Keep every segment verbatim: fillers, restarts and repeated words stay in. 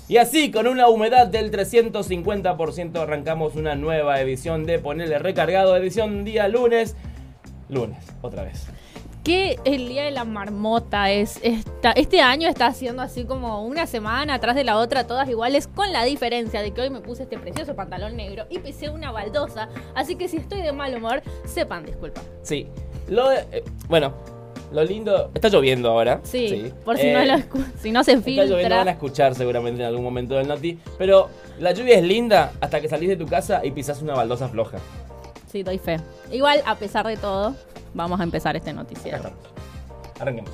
Y así, con una humedad del trescientos cincuenta por ciento, arrancamos una nueva edición de Ponele Recargado, edición día lunes. Lunes, otra vez. Que el día de la marmota es esta, este año está haciendo así como una semana atrás de la otra, todas iguales, con la diferencia de que hoy me puse este precioso pantalón negro y pisé una baldosa, así que si estoy de mal humor, sepan disculpar. Sí, lo de, eh, bueno, lo lindo, está lloviendo ahora. Sí, sí. por si, eh, no lo escu- si no se filtra. Está lloviendo, van a escuchar seguramente en algún momento del noti, pero la lluvia es linda hasta que salís de tu casa y pisás una baldosa floja. Sí, doy fe. Igual, a pesar de todo, vamos a empezar este noticiero. Arranquemos.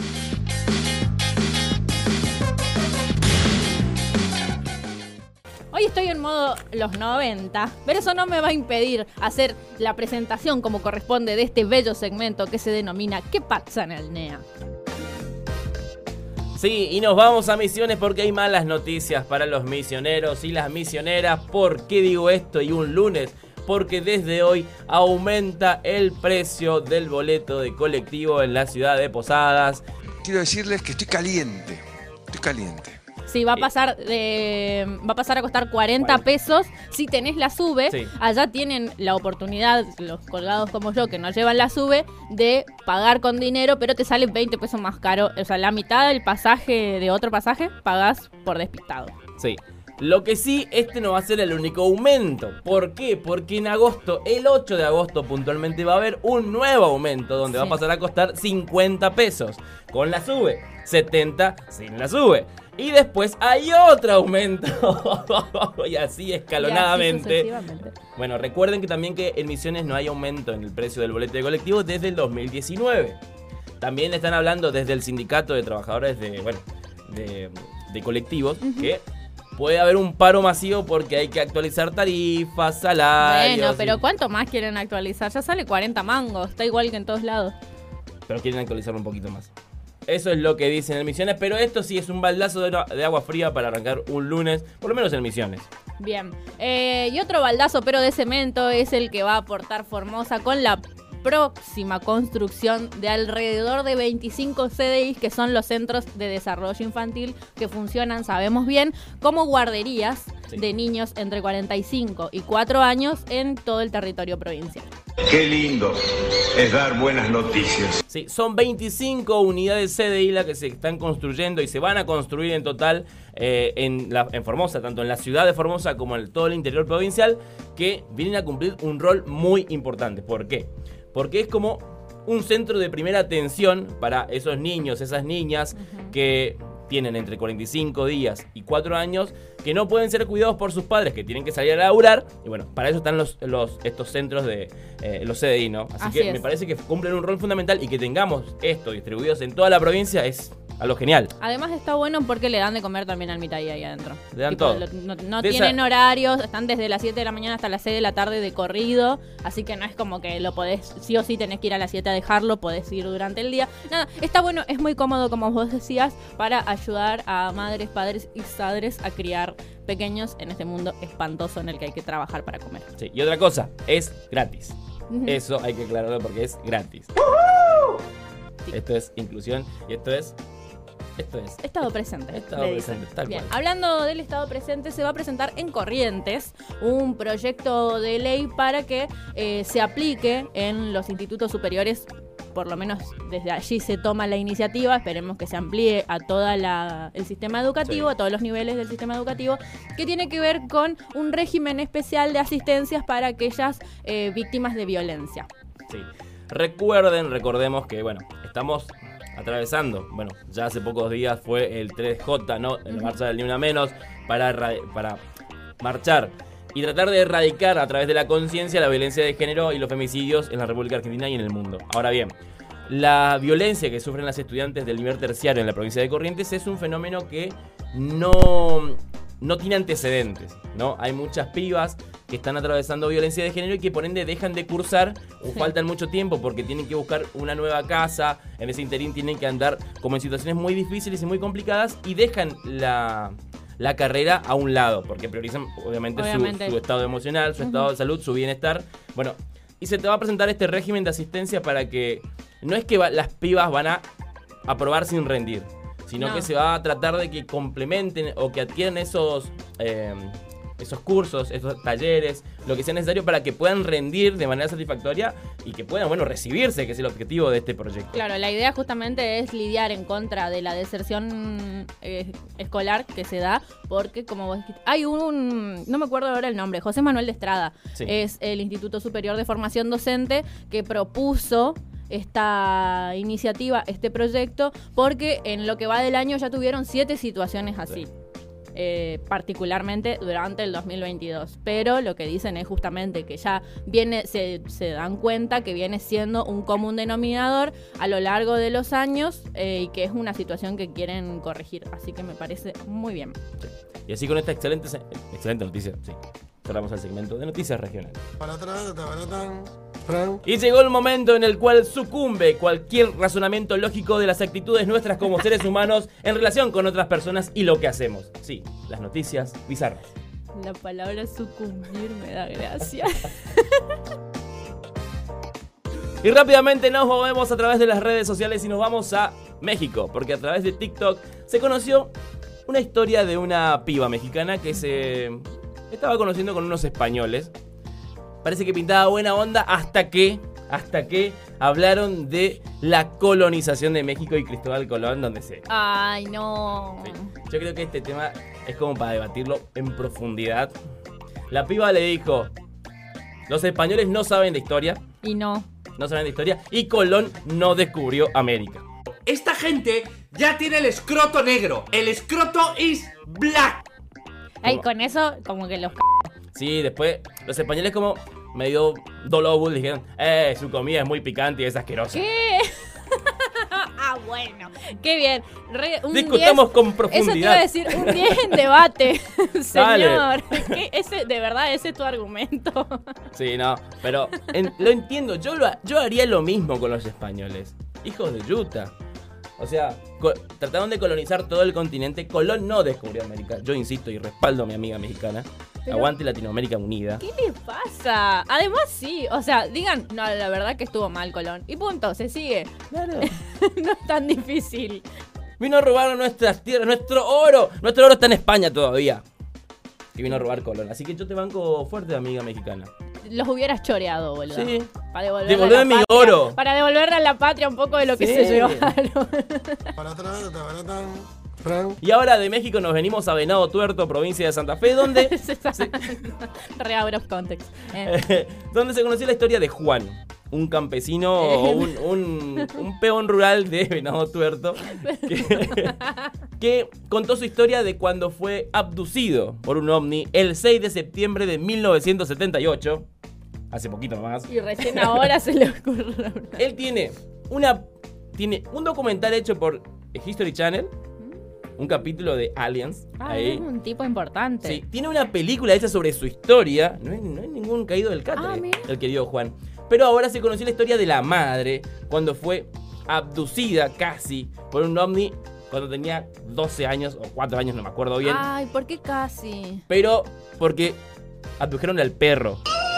Hoy estoy en modo los noventa, pero eso no me va a impedir hacer la presentación como corresponde de este bello segmento que se denomina ¿Qué pasa en el N E A? Sí, y nos vamos a Misiones porque hay malas noticias para los misioneros y las misioneras. ¿Por qué digo esto y un lunes? Porque desde hoy aumenta el precio del boleto de colectivo en la ciudad de Posadas. Quiero decirles que estoy caliente, estoy caliente. Sí, va a pasar de, va a pasar a costar cuarenta pesos si tenés la SUBE. Sí. Allá tienen la oportunidad, los colgados como yo, que no llevan la SUBE, de pagar con dinero, pero te sale veinte pesos más caro. O sea, la mitad del pasaje de otro pasaje pagás por despistado. Sí. Lo que sí, este no va a ser el único aumento. ¿Por qué? Porque en agosto, el ocho de agosto puntualmente, va a haber un nuevo aumento donde sí. va a pasar a costar cincuenta pesos con la SUBE, setenta sin la SUBE. Y después hay otro aumento. Y así escalonadamente. Y así bueno, recuerden que también que en Misiones no hay aumento en el precio del boleto de colectivo desde el dos mil diecinueve. También están hablando desde el sindicato de trabajadores de, bueno, de, de colectivos, uh-huh. que puede haber un paro masivo porque hay que actualizar tarifas, salarios. Bueno, pero y... ¿cuánto más quieren actualizar? Ya sale cuarenta mangos, está igual que en todos lados. Pero quieren actualizarlo un poquito más. Eso es lo que dicen en Misiones, pero esto sí es un baldazo de, de agua fría para arrancar un lunes, por lo menos en Misiones. Bien, eh, y otro baldazo, pero de cemento, es el que va a aportar Formosa con la próxima construcción de alrededor de veinticinco C D Is, que son los centros de desarrollo infantil que funcionan, sabemos bien, como guarderías sí. de niños entre cuarenta y cinco y cuatro años en todo el territorio provincial. Qué lindo es dar buenas noticias. Sí, son veinticinco unidades C D I las que se están construyendo y se van a construir en total eh, en, la, en Formosa, tanto en la ciudad de Formosa como en todo el interior provincial, que vienen a cumplir un rol muy importante. ¿Por qué? Porque es como un centro de primera atención para esos niños, esas niñas uh-huh. que tienen entre cuarenta y cinco días y cuatro años, que no pueden ser cuidados por sus padres, que tienen que salir a laburar. Y bueno, para eso están los, los, estos centros de eh, los C D I, ¿no? Así, Así que es. Me parece que cumplen un rol fundamental y que tengamos esto distribuidos en toda la provincia es a lo genial. Además está bueno porque le dan de comer también al mitad ahí adentro. Le dan tipo, todo. Lo, no no tienen esa... horarios, están desde las siete de la mañana hasta las seis de la tarde de corrido, así que no es como que lo podés, sí o sí tenés que ir a las siete a dejarlo, podés ir durante el día. Nada, está bueno, es muy cómodo, como vos decías, para ayudar a madres, padres y padres a criar pequeños en este mundo espantoso en el que hay que trabajar para comer. Sí, y otra cosa, es gratis. Uh-huh. Eso hay que aclararlo porque es gratis. Uh-huh. Sí. Esto es inclusión y esto es... Esto es Estado presente. Estado presente, tal Bien, cual. Hablando del Estado presente, se va a presentar en Corrientes un proyecto de ley para que eh, se aplique en los institutos superiores. Por lo menos desde allí se toma la iniciativa, esperemos que se amplíe a todo el sistema educativo, sí. a todos los niveles del sistema educativo, que tiene que ver con un régimen especial de asistencias para aquellas eh, víctimas de violencia. Sí. Recuerden, recordemos que, bueno, estamos atravesando, bueno, ya hace pocos días fue el tres J, ¿no? La marcha del Ni Una Menos, para, para marchar y tratar de erradicar a través de la conciencia la violencia de género y los femicidios en la República Argentina y en el mundo. Ahora bien, la violencia que sufren las estudiantes del nivel terciario en la provincia de Corrientes es un fenómeno que no, no tiene antecedentes, ¿no? Hay muchas pibas que están atravesando violencia de género y que por ende dejan de cursar o sí. faltan mucho tiempo porque tienen que buscar una nueva casa. En ese interín tienen que andar como en situaciones muy difíciles y muy complicadas y dejan la, la carrera a un lado porque priorizan obviamente, obviamente. Su, su estado emocional, su uh-huh. estado de salud, su bienestar. Bueno, y se te va a presentar este régimen de asistencia para que no es que va, las pibas van a aprobar sin rendir, sino No. que se va a tratar de que complementen o que adquieran esos... Eh, esos cursos, esos talleres, lo que sea necesario para que puedan rendir de manera satisfactoria y que puedan, bueno, recibirse, que es el objetivo de este proyecto. Claro, la idea justamente es lidiar en contra de la deserción eh, escolar que se da, porque como vos dijiste, hay un, no me acuerdo ahora el nombre, José Manuel de Estrada, Sí. es el Instituto Superior de Formación Docente que propuso esta iniciativa, este proyecto, porque en lo que va del año ya tuvieron siete situaciones así. Sí. Eh, particularmente durante el dos mil veintidós, pero lo que dicen es justamente que ya viene, se, se dan cuenta que viene siendo un común denominador a lo largo de los años eh, y que es una situación que quieren corregir, así que me parece muy bien. Sí. Y así con esta excelente, excelente noticia, sí, cerramos el segmento de noticias regionales. Y llegó el momento en el cual sucumbe cualquier razonamiento lógico de las actitudes nuestras como seres humanos en relación con otras personas y lo que hacemos. Sí, las noticias bizarras. La palabra sucumbir me da gracia. Y rápidamente nos movemos a través de las redes sociales y nos vamos a México, porque a través de TikTok se conoció una historia de una piba mexicana que se estaba conociendo con unos españoles. Parece que pintaba buena onda hasta que, hasta que hablaron de la colonización de México y Cristóbal Colón, donde se... Ay, no. Sí. Yo creo que este tema es como para debatirlo en profundidad. La piba le dijo, los españoles no saben de historia, Y no. no saben de historia, y Colón no descubrió América. Esta gente ya tiene el escroto negro. El escroto is black. Ay, ¿Cómo? con eso como que los... Sí, después los españoles como medio dolobus dijeron, eh, su comida es muy picante y es asquerosa. ¿Qué? Ah, bueno. Qué bien. Re- un Discutamos diez. con Eso te iba a profundidad. decir, un diez en debate, Dale. señor. ¿Qué? Ese, ¿De verdad ese es tu argumento? Sí, no, pero en- lo entiendo, yo, lo, ha- yo haría lo mismo con los españoles. Hijos de yuta. O sea, co- trataron de colonizar todo el continente. Colón no descubrió América. Yo insisto y respaldo a mi amiga mexicana. Pero- Aguante Latinoamérica unida. ¿Qué le pasa? Además, sí. O sea, digan, no, la verdad que estuvo mal Colón. Y punto, se sigue. Claro. No es tan difícil. Vino a robar nuestras tierras, nuestro oro. Nuestro oro está en España todavía. Que vino a robar Colón. Así que yo te banco fuerte, amiga mexicana. Los hubieras choreado, boludo. Sí. Para devolverle Devolver a la mi patria- oro. Para devolverle a la patria un poco de lo que Sí. se llevaron. Y ahora de México nos venimos a Venado Tuerto, provincia de Santa Fe, donde, Se está- Re out of context. Eh. donde se conoció la historia de Juan, un campesino o un, un, un peón rural de Venado Tuerto, que, que contó su historia de cuando fue abducido por un ovni el seis de septiembre de mil novecientos setenta y ocho, hace poquito más. Y recién ahora se le ocurre. Él tiene una tiene un documental hecho por History Channel, un capítulo de Aliens. Ah, ahí. es un tipo importante. Sí, tiene una película hecha sobre su historia. No hay, no hay ningún caído del catre, Ah, mira. el querido Juan. Pero ahora se conoció la historia de la madre cuando fue abducida casi por un ovni cuando tenía doce años o cuatro años, no me acuerdo bien. Ay, ¿por qué casi? Pero porque abdujeron al perro.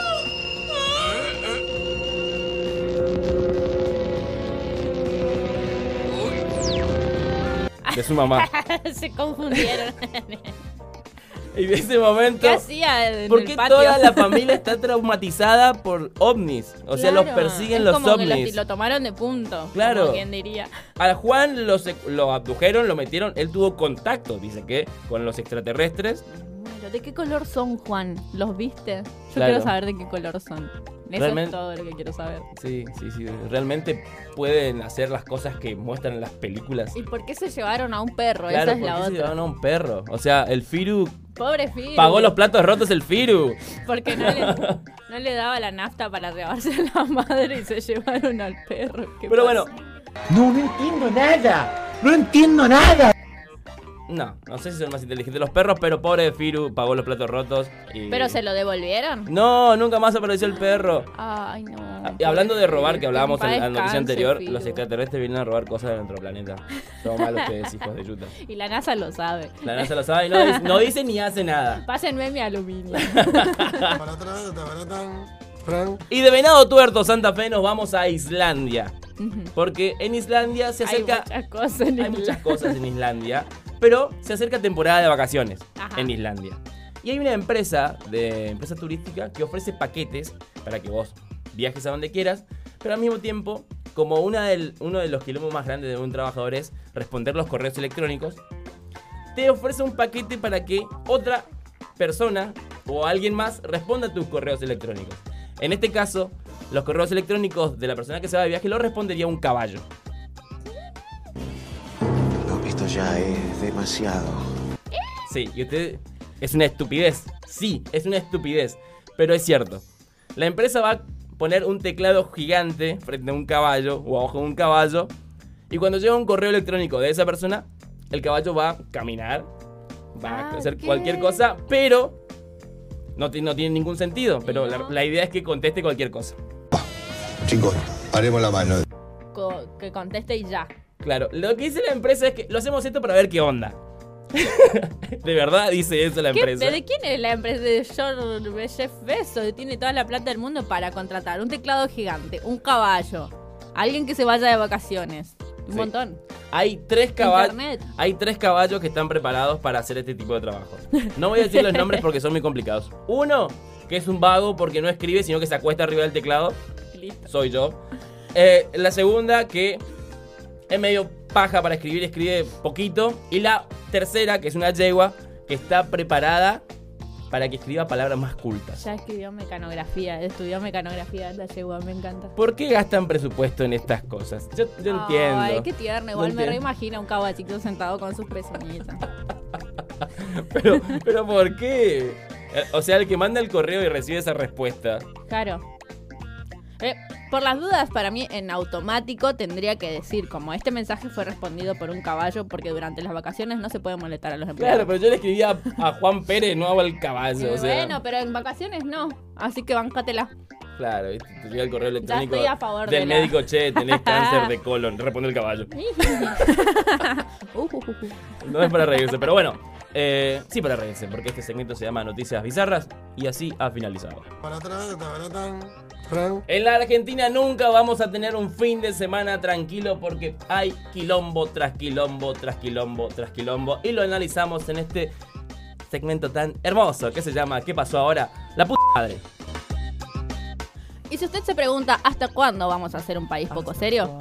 De su mamá. Se confundieron. Y de ese momento... ¿Qué hacía en Porque el patio? toda la familia está traumatizada por ovnis. O sea, los Claro, persiguen es los como que ovnis. Lo, lo tomaron de punto. Claro. Como quien diría. A Juan lo, sec- lo abdujeron, lo metieron. Él tuvo contacto, dice que, con los extraterrestres. Bueno, ¿de qué color son, Juan? ¿Los viste? Yo Claro. quiero saber de qué color son. Eso Realmente- es todo lo que quiero saber. Sí, sí, sí. Realmente pueden hacer las cosas que muestran en las películas. ¿Y por qué se llevaron a un perro? Claro, Esa es ¿por la qué se otra. llevaron a un perro? O sea, el Firu Pobre Firu. pagó los platos rotos el Firu. Porque no le, no le daba la nafta para llevarse a la madre y se llevaron al perro. ¿Qué Pero pasó? bueno, No, no entiendo nada. No entiendo nada. no, no sé si son más inteligentes los perros, pero pobre Firu pagó los platos rotos. Y... ¿Pero se lo devolvieron? No, nunca más apareció el perro. Ay, no. Ah, y hablando de robar, que hablábamos en la paz noticia descanse, anterior, Firu. los extraterrestres vienen a robar cosas de nuestro planeta. Somos malos ustedes, hijos de yuta. Y la NASA lo sabe. La NASA lo sabe y no, dice- no dice ni hace nada. Pásenme mi aluminio. Y de Venado Tuerto, Santa Fe, nos vamos a Islandia. Ujú. Porque en Islandia se acerca... Hay muchas cosas en Hay Islandia. muchas cosas en Islandia, pero se acerca temporada de vacaciones Ajá. en Islandia. Y hay una empresa, de empresa turística, que ofrece paquetes para que vos viajes a donde quieras, pero al mismo tiempo, como una del, uno de los quilombos más grandes de un trabajador es responder los correos electrónicos, te ofrece un paquete para que otra persona o alguien más responda a tus correos electrónicos. En este caso, los correos electrónicos de la persona que se va de viaje lo respondería un caballo. No, esto ya es demasiado. Sí, y usted... Es una estupidez. Sí, es una estupidez. Pero es cierto. La empresa va a poner un teclado gigante frente a un caballo o abajo de un caballo. Y cuando llega un correo electrónico de esa persona, el caballo va a caminar, va a Ah, hacer ¿qué? cualquier cosa, pero no, ti- no tiene ningún sentido. Pero la, No. la idea es que conteste cualquier cosa. Chicos, haremos la mano. Co- que conteste y ya. Claro, lo que dice la empresa es que lo hacemos esto para ver qué onda. De verdad dice eso la ¿Qué- empresa. ¿De quién es la empresa de George Jeff Bezos? Tiene toda la plata del mundo para contratar un teclado gigante, un caballo, alguien que se vaya de vacaciones. Un Sí. montón. Hay tres caballos. Internet. Hay tres caballos que están preparados para hacer este tipo de trabajos. No voy a decir los nombres porque son muy complicados. Uno, que es un vago porque no escribe, sino que se acuesta arriba del teclado. Listo. Soy yo. Eh, la segunda, que es medio paja para escribir, escribe poquito. Y la tercera, que es una yegua, que está preparada para que escriba palabras más cultas. Ya escribió mecanografía, estudió mecanografía, la yegua, me encanta. ¿Por qué gastan presupuesto en estas cosas? Yo, yo entiendo. Ay, qué tierno, igual No me entiendo. reimagino un caballito sentado con sus pezuñitas. Pero, pero ¿por qué? Eh, O sea, el que manda el correo y recibe esa respuesta. Claro. Eh, por las dudas, para mí en automático tendría que decir, como este mensaje fue respondido por un caballo, porque durante las vacaciones no se puede molestar a los empleados. Claro, pero yo le escribí a, a Juan Pérez, no al caballo. Eh, O sea, bueno, pero en vacaciones no, así que bancátela. claro, ¿viste? Te llega el correo electrónico estoy a favor del de la- médico, che, tenés cáncer de colon, responde el caballo. Uh, uh, uh, uh. No es para reírse, pero bueno, eh, sí para reírse, porque este segmento se llama Noticias Bizarras y así ha finalizado. En la Argentina nunca vamos a tener un fin de semana tranquilo porque hay quilombo tras quilombo tras quilombo tras quilombo y lo analizamos en este segmento tan hermoso que se llama ¿Qué pasó ahora? La puta madre. Y si usted se pregunta hasta cuándo vamos a ser un país poco serio,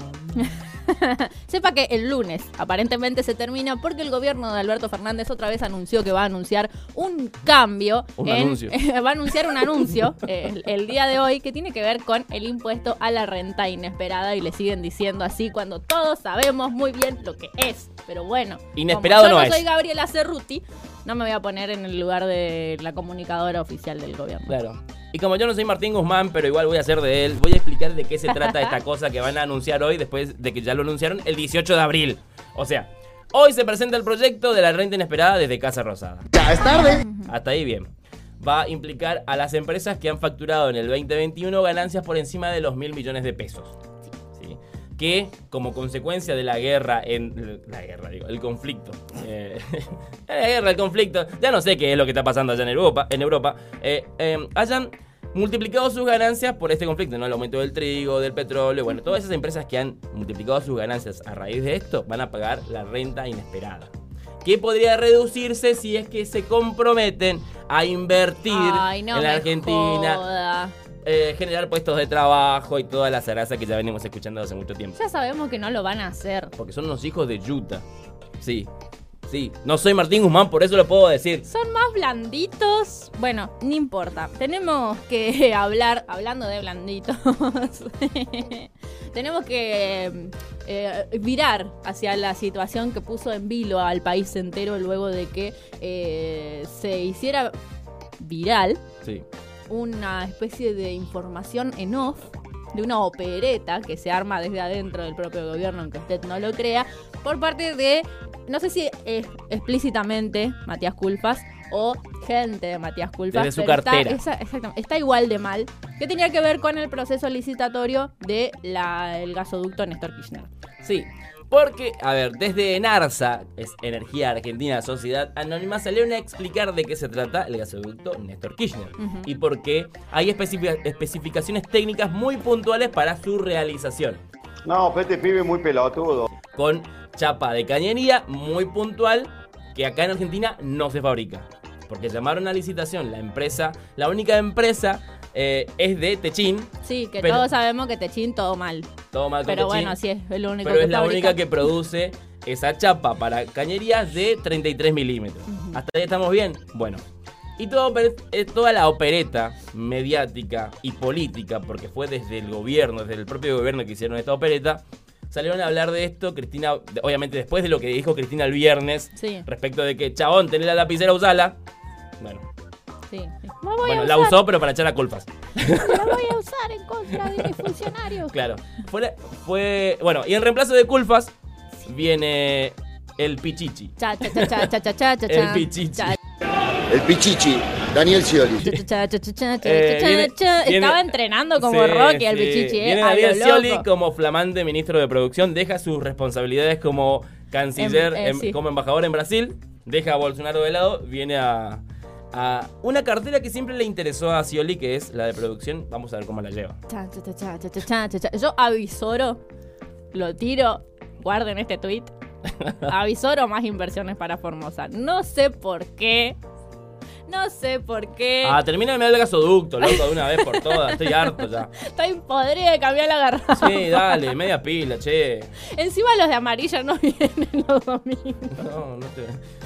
sepa que el lunes aparentemente se termina porque el gobierno de Alberto Fernández otra vez anunció que va a anunciar un cambio. Un en- anuncio. va a anunciar un anuncio eh, el, el día de hoy que tiene que ver con el impuesto a la renta inesperada y le siguen diciendo así cuando todos sabemos muy bien lo que es. Pero bueno, Inesperado como yo no no es. soy Gabriela Cerruti, no me voy a poner en el lugar de la comunicadora oficial del gobierno. Claro. Y como yo no soy Martín Guzmán, pero igual voy a hacer de él, voy a explicar de qué se trata esta cosa que van a anunciar hoy después de que ya lo anunciaron el dieciocho de abril. O sea, hoy se presenta el proyecto de la renta inesperada desde Casa Rosada. Ya es tarde. Hasta ahí bien. Va a implicar a las empresas que han facturado en el veinte veintiuno ganancias por encima de los mil millones de pesos. ¿Sí? Que como consecuencia de la guerra en... La guerra, digo, el conflicto. Eh, la guerra, el conflicto. Ya no sé qué es lo que está pasando allá en Europa. En Europa eh, eh, hayan multiplicado sus ganancias por este conflicto, ¿no? El aumento del trigo, del petróleo. Bueno, todas esas empresas que han multiplicado sus ganancias a raíz de esto van a pagar la renta inesperada. Que podría reducirse si es que se comprometen a invertir Ay, no en la me Argentina, joda. eh, generar puestos de trabajo y toda la zaraza que ya venimos escuchando hace mucho tiempo. Ya sabemos que no lo van a hacer. Porque son unos hijos de yuta. Sí, sí. No soy Martín Guzmán, por eso lo puedo decir. Son más blanditos. Bueno, no importa. Tenemos que hablar, hablando de blanditos, tenemos que eh, virar hacia la situación que puso en vilo al país entero luego de que eh, se hiciera viral Sí. una especie de información en off de una opereta que se arma desde adentro del propio gobierno, aunque usted no lo crea, por parte de, no sé si es explícitamente Matías Culfas o gente de Matías Culfas. Desde su pero está- cartera. esa- exactamente, está igual de mal, que tenía que ver con el proceso licitatorio del el gasoducto Néstor Kirchner. Sí. Porque, a ver, desde ENARSA, es Energía Argentina Sociedad Anónima, salieron a explicar de qué se trata el gasoducto Néstor Kirchner. Ujú. Y por qué hay especific- especificaciones técnicas muy puntuales para su realización. No, pero este pibe es muy pelotudo. Con chapa de cañería muy puntual que acá en Argentina no se fabrica. Porque llamaron a licitación la empresa, la única empresa eh, es de Techín. Sí, que pero, todos sabemos que Techín todo mal. Todo mal con Pero Techín, bueno, sí es el único pero que es la fabrica. única que produce esa chapa para cañerías de treinta y tres milímetros. Uh-huh. ¿Hasta ahí estamos bien? Bueno. Y todo, toda la opereta mediática y política, porque fue desde el gobierno, desde el propio gobierno que hicieron esta opereta, salieron a hablar de esto, Cristina, obviamente después de lo que dijo Cristina el viernes, sí. respecto de que, chabón, tenés la lapicera, usala. Bueno, sí, sí. bueno la usó, pero para echar a culpas. La voy a usar en contra de mis funcionarios. Claro, fue, fue, bueno, y en reemplazo de culpas sí. viene el Pichichi. Cha, cha, cha, cha, cha, cha, cha, cha. El Pichichi. Cha. El Pichichi, Daniel Scioli. eh, viene, Estaba viene, entrenando como sí, Rocky el sí. Pichichi, eh. Viene Daniel Scioli como flamante ministro de producción, deja sus responsabilidades como canciller, em, eh, em, sí. como embajador en Brasil, deja a Bolsonaro de lado, viene a, a una cartera que siempre le interesó a Scioli, que es la de producción. Vamos a ver cómo la lleva. Cha, cha, cha, cha, cha, cha, cha. Yo avisoro, lo tiro, guarden este tweet. Avisoro más inversiones para Formosa. No sé por qué. No sé por qué. Ah, termina de mirar el gasoducto, loco, de una vez por todas. Estoy harto ya. Estoy podrida de cambiar la garrafa. Sí, dale, media pila, che. Encima los de amarillo no vienen los domingos. No, no te...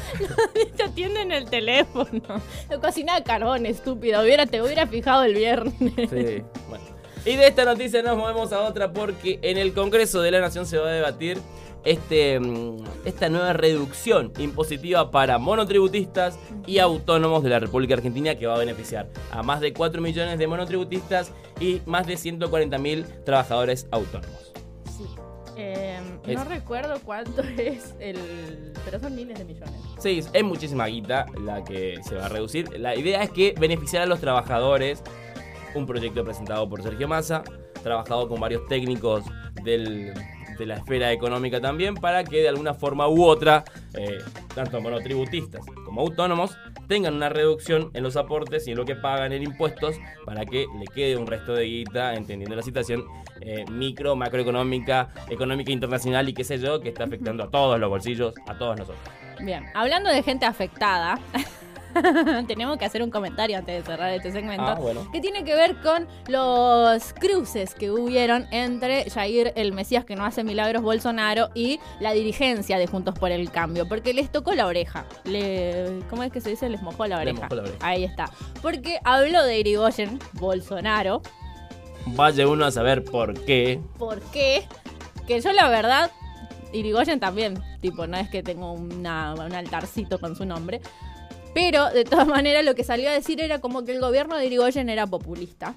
No te atienden el teléfono. Lo cocina de carbón, estúpido. Hubiera, te hubiera fijado el viernes. Sí, bueno. Y de esta noticia nos movemos a otra porque en el Congreso de la Nación se va a debatir Este, esta nueva reducción impositiva para monotributistas y autónomos de la República Argentina, que va a beneficiar a más de cuatro millones de monotributistas y más de ciento cuarenta mil trabajadores autónomos. Sí. Eh, es, no recuerdo cuánto es el... pero son miles de millones. Sí, es muchísima guita la que se va a reducir. La idea es que beneficiar a los trabajadores. Un proyecto presentado por Sergio Massa, trabajado con varios técnicos del... de la esfera económica también, para que de alguna forma u otra, eh, tanto monotributistas como autónomos, tengan una reducción en los aportes y en lo que pagan en impuestos, para que le quede un resto de guita, entendiendo la situación eh, micro, macroeconómica, económica internacional y qué sé yo, que está afectando a todos los bolsillos, a todos nosotros. Bien, hablando de gente afectada... tenemos que hacer un comentario antes de cerrar este segmento, ah, bueno. que tiene que ver con los cruces que hubieron entre Jair el Mesías que no hace milagros Bolsonaro y la dirigencia de Juntos por el Cambio, porque les tocó la oreja. Le, ¿Cómo es que se dice? Les mojó la oreja. mojó la oreja. Ahí está. Porque habló de Irigoyen Bolsonaro. Vaya uno a saber por qué. ¿Por qué? Que yo la verdad, Irigoyen también, tipo, no es que tengo una, un altarcito con su nombre. Pero, de todas maneras, lo que salió a decir era como que el gobierno de Irigoyen era populista.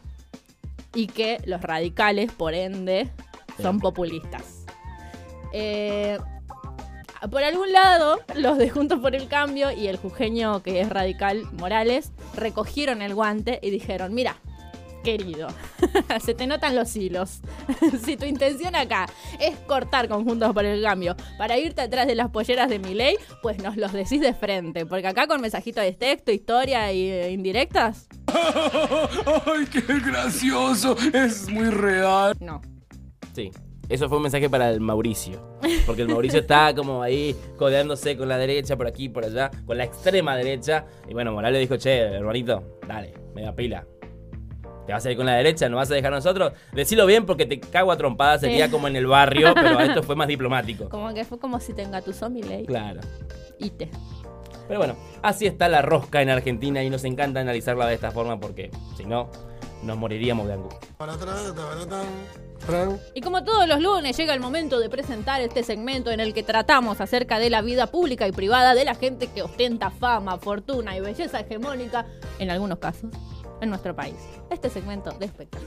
Y que los radicales, por ende, son populistas. Eh, por algún lado, los de Juntos por el Cambio y el jujeño que es radical, Morales, recogieron el guante y dijeron, mira, querido, se te notan los hilos. Si tu intención acá es cortar con Juntos por el Cambio para irte atrás de las polleras de Milei, pues nos los decís de frente. Porque acá con mensajitos de texto, historia y eh, indirectas... ¡Ay, qué gracioso! Es muy real. No. Sí. Eso fue un mensaje para el Mauricio. Porque el Mauricio está como ahí codeándose con la derecha, por aquí, por allá, con la extrema derecha. Y bueno, Morales dijo, che, hermanito, dale, me da pila. ¿Te vas a ir con la derecha? ¿No vas a dejar a nosotros? Decilo bien porque te cago a trompadas, sería sí. Como en el barrio, pero esto fue más diplomático. Como que fue como si te engatusó Milei. Claro. Ite. Pero bueno, así está la rosca en Argentina y nos encanta analizarla de esta forma porque si no, nos moriríamos de angustia. Y como todos los lunes llega el momento de presentar este segmento en el que tratamos acerca de la vida pública y privada de la gente que ostenta fama, fortuna y belleza hegemónica, en algunos casos, en nuestro país. Este segmento de espectáculo.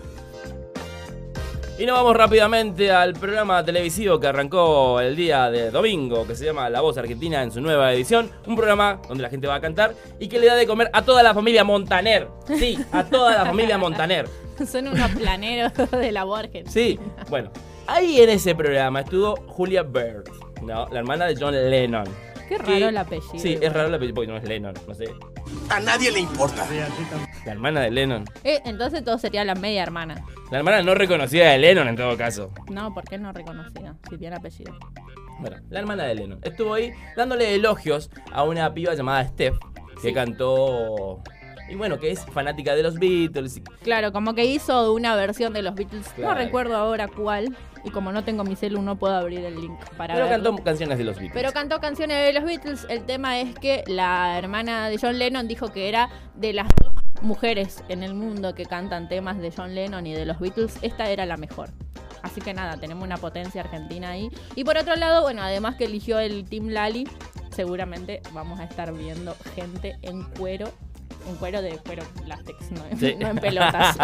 Y nos vamos rápidamente al programa televisivo que arrancó el día de domingo, que se llama La Voz Argentina en su nueva edición. Un programa donde la gente va a cantar y que le da de comer a toda la familia Montaner. Sí, a toda la familia Montaner. Son unos planeros de la voz argentina. Sí, bueno, ahí en ese programa estuvo Julia Bird, ¿no? La hermana de John Lennon. Qué raro que, el apellido. Sí, es raro el apellido porque no es Lennon, no sé. A nadie le importa. La hermana de Lennon. Eh, entonces todo sería la media hermana. La hermana no reconocida de Lennon en todo caso. No, ¿por qué no reconocida? Si tiene apellido. Bueno, la hermana de Lennon estuvo ahí dándole elogios a una piba llamada Steph, que Sí. cantó... Y bueno, que es fanática de los Beatles. Claro, como que hizo una versión de los Beatles. Claro. No recuerdo ahora cuál. Y como no tengo mi celu, no puedo abrir el link para Pero verlo. cantó canciones de los Beatles. Pero cantó canciones de los Beatles. El tema es que la hermana de John Lennon dijo que era de las dos mujeres en el mundo que cantan temas de John Lennon y de los Beatles, esta era la mejor. Así que nada, tenemos una potencia argentina ahí. Y por otro lado, bueno, además que eligió el Team Lali, seguramente vamos a estar viendo gente en cuero. En cuero de cuero látex, no, Sí. no en pelotas.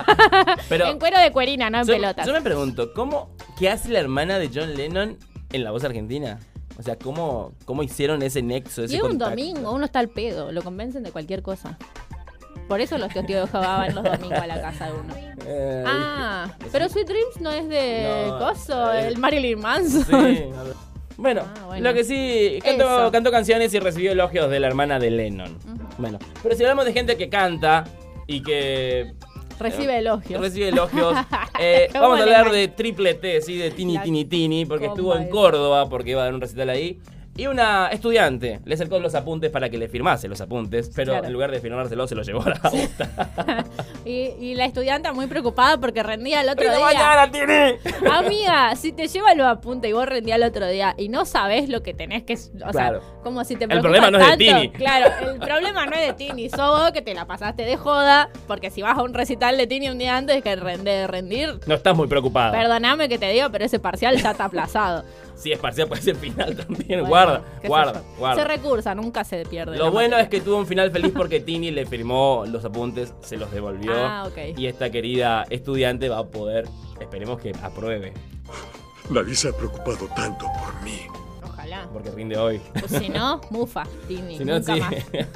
Pero en cuero de cuerina, no en yo, pelotas. yo me pregunto, ¿cómo, ¿qué hace la hermana de John Lennon en La Voz Argentina? O sea, ¿cómo, cómo hicieron ese nexo, ese Y es un contacto? domingo, uno está al pedo, lo convencen de cualquier cosa. Por eso los tíos de Jehová van los domingos a la casa de uno. Eh, Ah, pero Sweet Dreams no es de No, Coso, es- el Marilyn Manson. Sí, a ver. Bueno, Ah, bueno. lo que sí, cantó, Eso. cantó canciones y recibió elogios de la hermana de Lennon. Ujú. Bueno, pero si hablamos de gente que canta y que Recibe elogios. recibe elogios, eh, ¿Cómo vamos a le hablar va? de Triple T, ¿sí? De Tini La Tini Tini, porque comba estuvo en esa. Córdoba, porque iba a dar un recital ahí. Y una estudiante le acercó los apuntes para que le firmase los apuntes, pero Claro. en lugar de firmárselos se los llevó a la bosta. y, y la estudiante muy preocupada porque rendía el otro ¡Pero día. mañana, Tini! Amiga, si te lleva los apuntes y vos rendías el otro día y no sabés lo que tenés que... O Claro. sea, como si te El preocupa problema no es de tanto. Tini. Claro, el problema no es de Tini. Sos vos que te la pasaste de joda, porque si vas a un recital de Tini un día antes que rende, rendir... No estás muy preocupada. Perdóname que te digo, pero ese parcial ya está aplazado. Si es parcial, puede ser final también. Bueno, guarda, qué sé guarda, yo. guarda. Se recursa, nunca se pierde. Lo la bueno materia. es que tuvo un final feliz porque Tini le firmó los apuntes, se los devolvió. Ah, ok. Y esta querida estudiante va a poder, esperemos que apruebe, Nadie se ha preocupado tanto por mí. Ojalá. porque rinde hoy. Pues si no, mufa, Tini. Si no, nunca sí.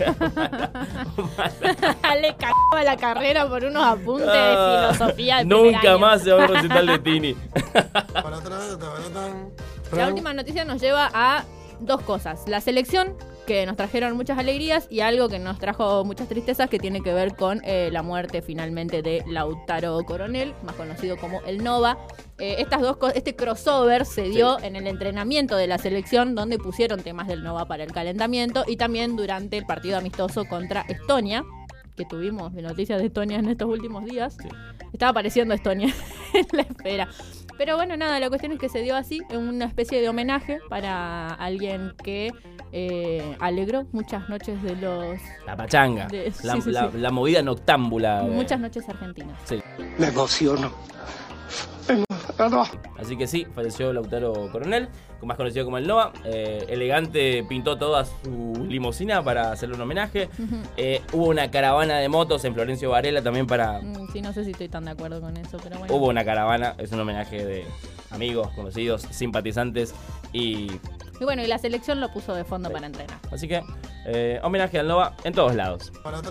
más. Le cagaba la carrera por unos apuntes Ah, de filosofía del primer Nunca año. más se va a un recital de Tini. La última noticia nos lleva a dos cosas. La selección, que nos trajeron muchas alegrías, y algo que nos trajo muchas tristezas, que tiene que ver con eh, la muerte finalmente de Lautaro Coronel, más conocido como el Nova. Eh, estas dos cosas, este crossover se dio en el entrenamiento de la selección, donde pusieron temas del Nova para el calentamiento, y también durante el partido amistoso contra Estonia, que tuvimos de noticias de Estonia en estos últimos días. Sí. Estaba apareciendo Estonia en la espera. Pero bueno, nada, la cuestión es que se dio así, en una especie de homenaje para alguien que eh, alegró muchas noches de los... La pachanga. De- la, sí, sí, la- sí. la movida noctámbula. de- Muchas noches argentinas. Sí. Me emociono. Así que sí, falleció Lautaro Coronel, más conocido como el Nova. Eh, elegante pintó toda su limusina para hacerle un homenaje. Ujú. Eh, hubo una caravana de motos en Florencio Varela también para... Mm, Sí, no sé si estoy tan de acuerdo con eso, pero bueno. Hubo una caravana, es un homenaje de amigos, conocidos, simpatizantes y... Y bueno, y la selección lo puso de fondo para entrenar. Así que, eh, homenaje al Nova en todos lados.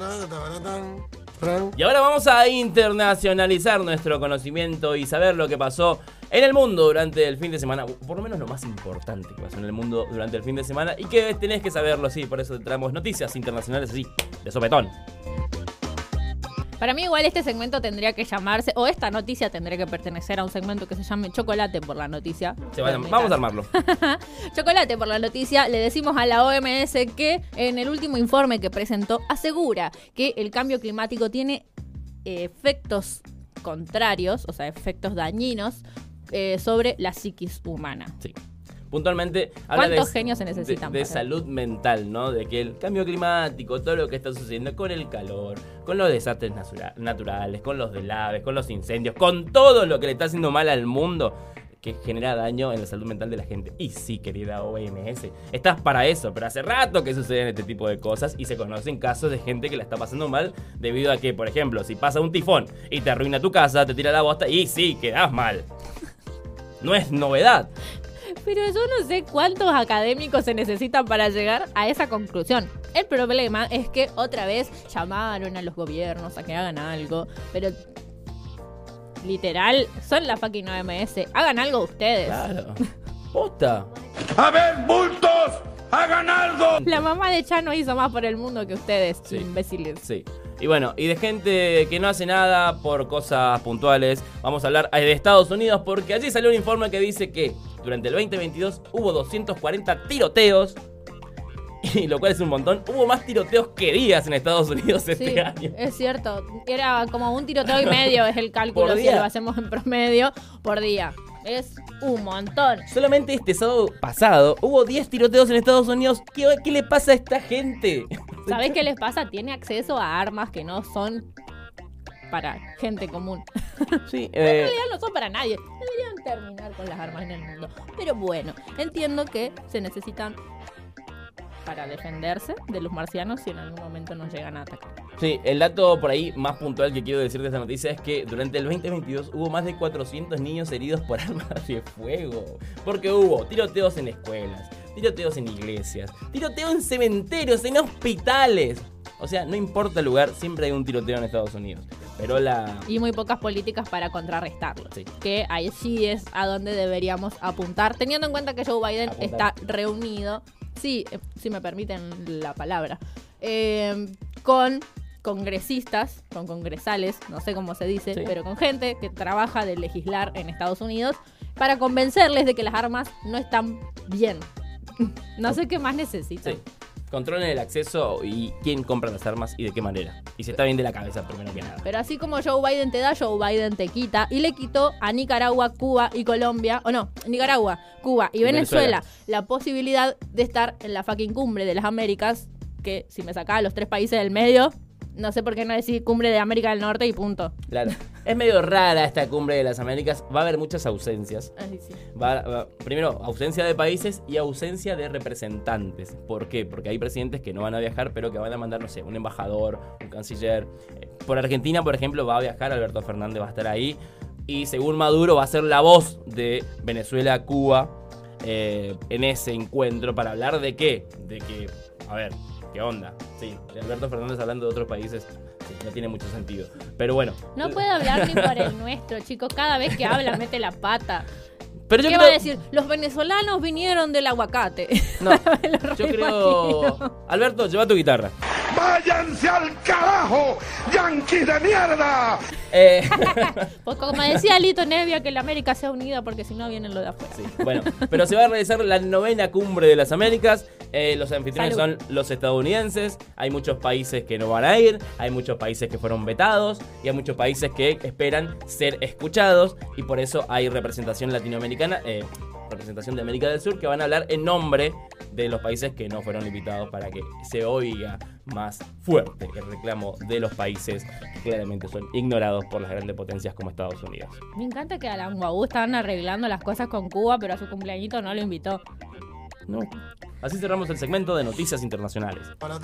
Y ahora vamos a internacionalizar nuestro conocimiento y saber lo que pasó en el mundo durante el fin de semana. Por lo menos lo más importante que pasó en el mundo durante el fin de semana. Y que tenés que saberlo, sí, por eso te traemos noticias internacionales así, de sopetón. Para mí igual este segmento tendría que llamarse, o esta noticia tendría que pertenecer a un segmento que se llame Chocolate por la noticia. Se va a- Permitas. vamos a armarlo. Chocolate por la noticia. Le decimos a la O M S que en el último informe que presentó asegura que el cambio climático tiene eh, efectos contrarios, o sea, efectos dañinos eh, sobre la psiquis humana. Sí. Puntualmente habla ¿Cuántos de, genios se necesitan de, de para- salud mental, ¿no? De que el cambio climático, todo lo que está sucediendo con el calor, con los desastres natura- naturales, con los delaves, con los incendios, con todo lo que le está haciendo mal al mundo, que genera daño en la salud mental de la gente. Y sí, querida O M S, estás para eso, pero hace rato que suceden este tipo de cosas y se conocen casos de gente que la está pasando mal debido a que, por ejemplo, si pasa un tifón y te arruina tu casa, te tira la bosta y sí, quedás mal. No es novedad. Pero yo no sé cuántos académicos se necesitan para llegar a esa conclusión. El problema es que otra vez llamaron a los gobiernos a que hagan algo, pero literal, son la fucking O M S. Hagan algo ustedes. Claro. Posta. ¡A ver, bultos! ¡Hagan algo! La mamá de Chano hizo más por el mundo que ustedes, Sí. imbéciles. Sí. Y bueno, y de gente que no hace nada por cosas puntuales, vamos a hablar de Estados Unidos, porque allí salió un informe que dice que durante el veinte veintidós hubo doscientos cuarenta tiroteos, y lo cual es un montón. Hubo más tiroteos que días en Estados Unidos este Sí, año. es cierto. Era como un tiroteo y medio, es el cálculo ¿Por si día? lo hacemos en promedio por día. Es un montón. Solamente este sábado pasado hubo diez tiroteos en Estados Unidos. ¿Qué, qué le pasa a esta gente? ¿Sabés qué les pasa? Tiene acceso a armas que no son para gente común. Sí, En eh, realidad no son para nadie. Deberían terminar con las armas en el mundo. Pero bueno, entiendo que se necesitan para defenderse de los marcianos si en algún momento nos llegan a atacar. sí, el dato por ahí más puntual que quiero decir de esta noticia es que durante el veinte veintidós hubo más de cuatrocientos niños heridos por armas de fuego. Porque hubo tiroteos en escuelas, tiroteos en iglesias, tiroteos en cementerios, en hospitales. O sea, no importa el lugar, siempre hay un tiroteo en Estados Unidos. Pero la... Y muy pocas políticas para contrarrestarlo. Sí. Que ahí sí es a donde deberíamos apuntar, teniendo en cuenta que Joe Biden Apuntar. está reunido, sí, eh, si me permiten la palabra, eh, con congresistas, con congresales, no sé cómo se dice, Sí. pero con gente que trabaja de legislar en Estados Unidos para convencerles de que las armas no están bien. No sé qué más necesitan. Sí. Controlen el acceso y quién compra las armas y de qué manera. Y si está bien de la cabeza, primero que nada. Pero así como Joe Biden te da, Joe Biden te quita. Y le quitó a Nicaragua, Cuba y Colombia, o no, Nicaragua, Cuba y Y Venezuela, Venezuela. la posibilidad de estar en la fucking cumbre de las Américas, que si me sacaba los tres países del medio, no sé por qué no decir cumbre de América del Norte y punto. Claro. Es medio rara esta cumbre de las Américas. Va a haber muchas ausencias. Así sí. Va, va- primero, ausencia de países y ausencia de representantes. ¿Por qué? Porque hay presidentes que no van a viajar, pero que van a mandar, no sé, un embajador, un canciller. Eh, Por Argentina, por ejemplo, va a viajar, Alberto Fernández va a estar ahí. Y según Maduro, va a ser la voz de Venezuela, Cuba, eh, en ese encuentro. ¿Para hablar de qué? De que, a ver, ¿qué onda? Sí, de Alberto Fernández hablando de otros países, sí, no tiene mucho sentido. Pero bueno. No puede hablar ni por el nuestro, chicos. Cada vez que habla mete la pata. Pero yo ¿Qué creo... va a decir? Los venezolanos vinieron del aguacate. No, Me lo yo reimagino. creo... Alberto, lleva tu guitarra. ¡Váyanse al carajo! ¡Yanquis de mierda! Eh, Pues como decía Lito Nevia, que la América sea unida porque si no vienen lo de afuera. sí, bueno, pero se va a realizar la novena cumbre de las Américas. Eh, los anfitriones Salud. son los estadounidenses. Hay muchos países que no van a ir. Hay muchos países que fueron vetados. Y hay muchos países que esperan ser escuchados. Y por eso hay representación latinoamericana. Eh, representación de América del Sur, que van a hablar en nombre de los países que no fueron invitados para que se oiga más fuerte el reclamo de los países que claramente son ignorados por las grandes potencias como Estados Unidos. Me encanta que a la Guaú estaban arreglando las cosas con Cuba, pero a su cumpleañito no lo invitó. No. Así cerramos el segmento de noticias internacionales.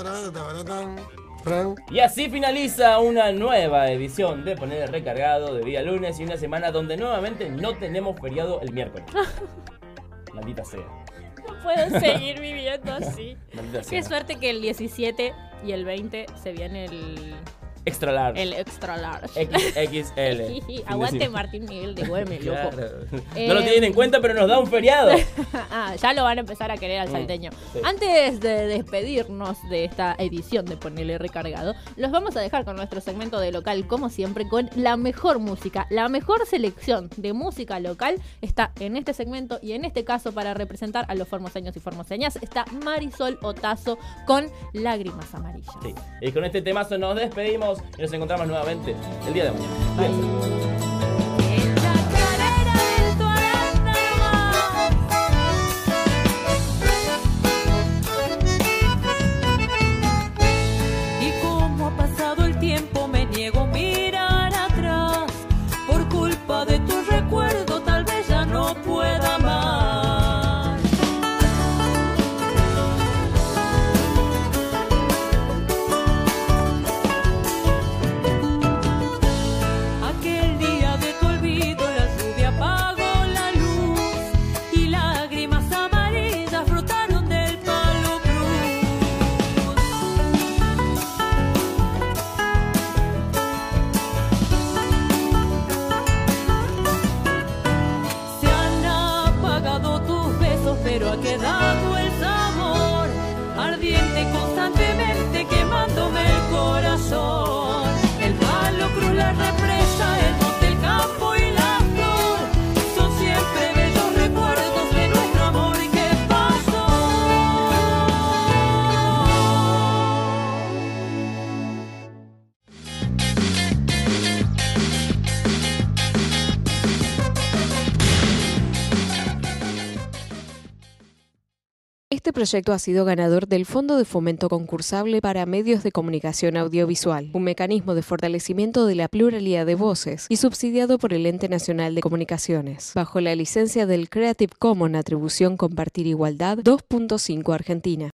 Y así finaliza una nueva edición de Poner Recargado de día lunes y una semana donde nuevamente no tenemos feriado el miércoles. Maldita sea. No puedo seguir viviendo así. Maldita sea. Qué suerte que el diecisiete y el veinte se viene el, Extra large. el extra large. X X L. Aguante Martín Miguel de Güemes, loco. Claro. Eh, No lo tienen en cuenta, pero nos da un feriado. Ah, ya lo van a empezar a querer al Mm, salteño. sí. Antes de despedirnos de esta edición de Ponele Recargado, los vamos a dejar con nuestro segmento de local, como siempre, con la mejor música. La mejor selección de música local está en este segmento y en este caso para representar a los formoseños y formoseñas está Marisol Otazo con Lágrimas Amarillas. Sí. Y con este temazo nos despedimos y nos encontramos nuevamente el día de mañana. Cuídense. Y como ha pasado el tiempo me niego a mirar atrás. Por culpa de tu recuerdo tal vez ya no pueda más. Aquel día de tu olvido la lluvia apagó la luz y lágrimas amarillas brotaron del palo cruz. Este proyecto ha sido ganador del Fondo de Fomento Concursable para Medios de Comunicación Audiovisual, un mecanismo de fortalecimiento de la pluralidad de voces y subsidiado por el Ente Nacional de Comunicaciones, bajo la licencia del Creative Commons Atribución Compartir Igualdad dos punto cinco Argentina.